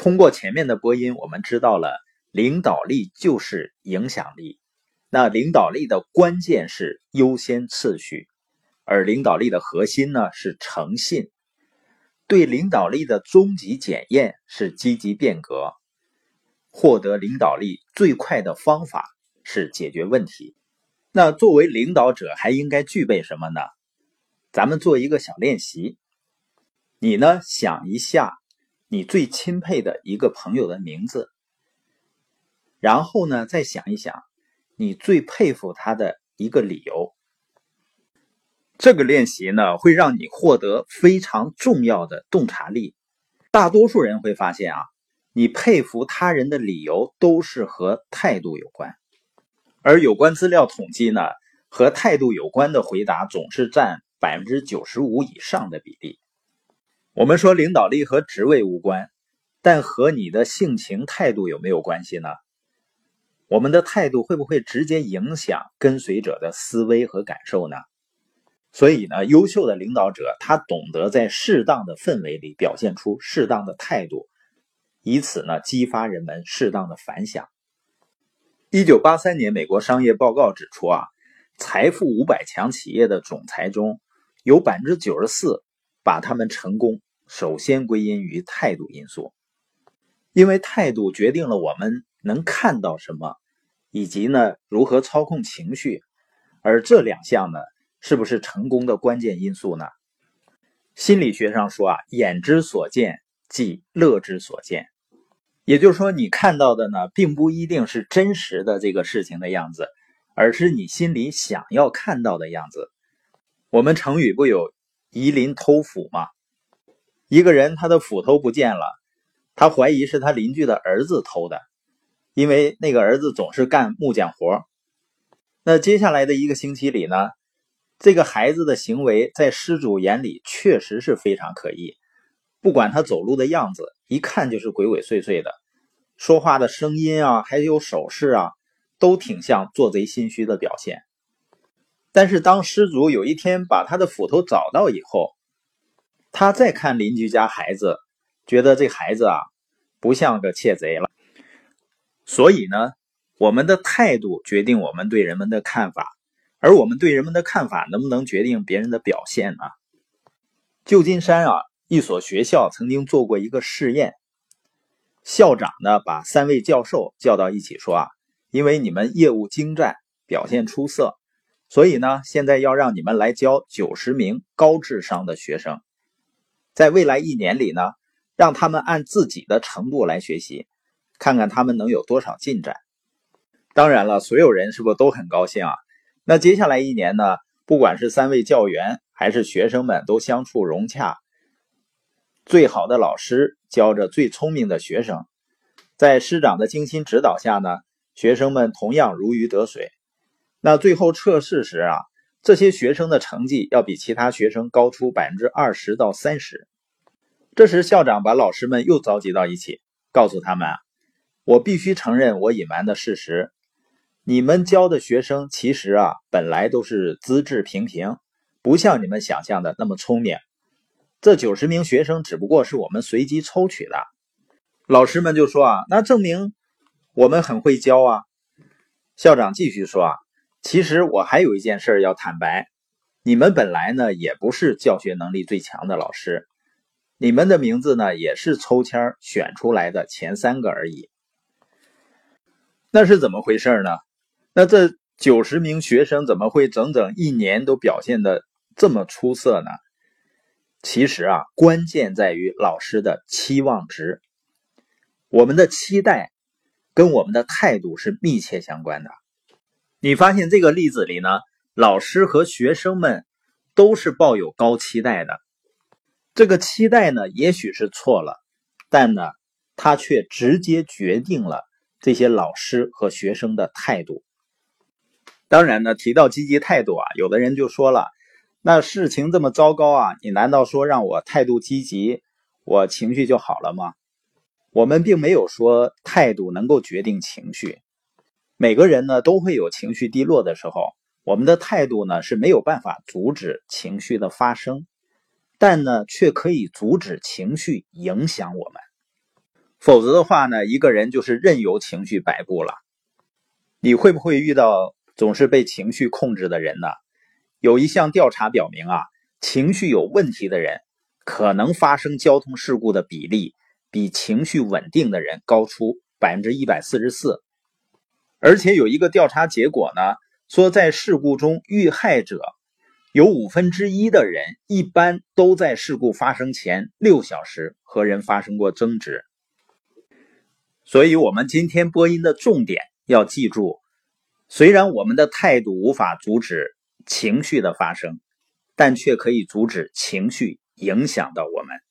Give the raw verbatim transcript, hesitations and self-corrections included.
通过前面的播音，我们知道了领导力就是影响力。那领导力的关键是优先次序，而领导力的核心呢是诚信。对领导力的终极检验是积极变革。获得领导力最快的方法是解决问题。那作为领导者还应该具备什么呢？咱们做一个小练习。你呢想一下你最钦佩的一个朋友的名字，然后呢再想一想你最佩服他的一个理由。这个练习呢会让你获得非常重要的洞察力。大多数人会发现啊，你佩服他人的理由都是和态度有关，而有关资料统计呢，和态度有关的回答总是占 百分之九十五 以上的比例。我们说领导力和职位无关，但和你的性情态度有没有关系呢？我们的态度会不会直接影响跟随者的思维和感受呢？所以呢，优秀的领导者他懂得在适当的氛围里表现出适当的态度，以此呢激发人们适当的反响。一九八三年美国商业报告指出啊，财富五百强企业的总裁中有 百分之九十四 把他们成功首先归因于态度因素。因为态度决定了我们能看到什么，以及呢如何操控情绪，而这两项呢是不是成功的关键因素呢？心理学上说啊，眼之所见即乐之所见。也就是说，你看到的呢并不一定是真实的这个事情的样子，而是你心里想要看到的样子。我们成语不有夷邻偷斧吗？一个人他的斧头不见了，他怀疑是他邻居的儿子偷的，因为那个儿子总是干木匠活。那接下来的一个星期里呢，这个孩子的行为在失主眼里确实是非常可疑，不管他走路的样子，一看就是鬼鬼祟祟的，说话的声音啊，还有手势啊，都挺像做贼心虚的表现。但是当失主有一天把他的斧头找到以后，他再看邻居家孩子，觉得这孩子啊不像个窃贼了。所以呢，我们的态度决定我们对人们的看法，而我们对人们的看法能不能决定别人的表现呢？旧金山啊，一所学校曾经做过一个试验，校长呢把三位教授叫到一起说啊，因为你们业务精湛，表现出色，所以呢现在要让你们来教九十名高智商的学生。在未来一年里呢，让他们按自己的程度来学习，看看他们能有多少进展。当然了，所有人是不是都很高兴啊？那接下来一年呢，不管是三位教员还是学生们都相处融洽，最好的老师教着最聪明的学生，在师长的精心指导下呢，学生们同样如鱼得水。那最后测试时啊，这些学生的成绩要比其他学生高出 百分之二十到三十。这时校长把老师们又召集到一起，告诉他们啊，我必须承认我隐瞒的事实，你们教的学生其实啊本来都是资质平平，不像你们想象的那么聪明。这九十名学生只不过是我们随机抽取的。老师们就说啊，那证明我们很会教啊。校长继续说啊，其实我还有一件事要坦白，你们本来呢也不是教学能力最强的老师，你们的名字呢也是抽签选出来的前三个而已。那是怎么回事呢？那这九十名学生怎么会整整一年都表现得这么出色呢？其实啊，关键在于老师的期望值。我们的期待跟我们的态度是密切相关的。你发现这个例子里呢，老师和学生们都是抱有高期待的。这个期待呢，也许是错了，但呢，它却直接决定了这些老师和学生的态度。当然呢，提到积极态度啊，有的人就说了，那事情这么糟糕啊，你难道说让我态度积极，我情绪就好了吗？我们并没有说态度能够决定情绪。每个人呢都会有情绪低落的时候，我们的态度呢是没有办法阻止情绪的发生，但呢却可以阻止情绪影响我们。 否则的话呢，一个人就是任由情绪摆布了。你会不会遇到总是被情绪控制的人呢？有一项调查表明啊，情绪有问题的人可能发生交通事故的比例比情绪稳定的人高出 百分之一百四十四。 而且有一个调查结果呢，说在事故中遇害者有五分之一的人一般都在事故发生前六小时和人发生过争执。所以我们今天播音的重点要记住，虽然我们的态度无法阻止情绪的发生，但却可以阻止情绪影响到我们。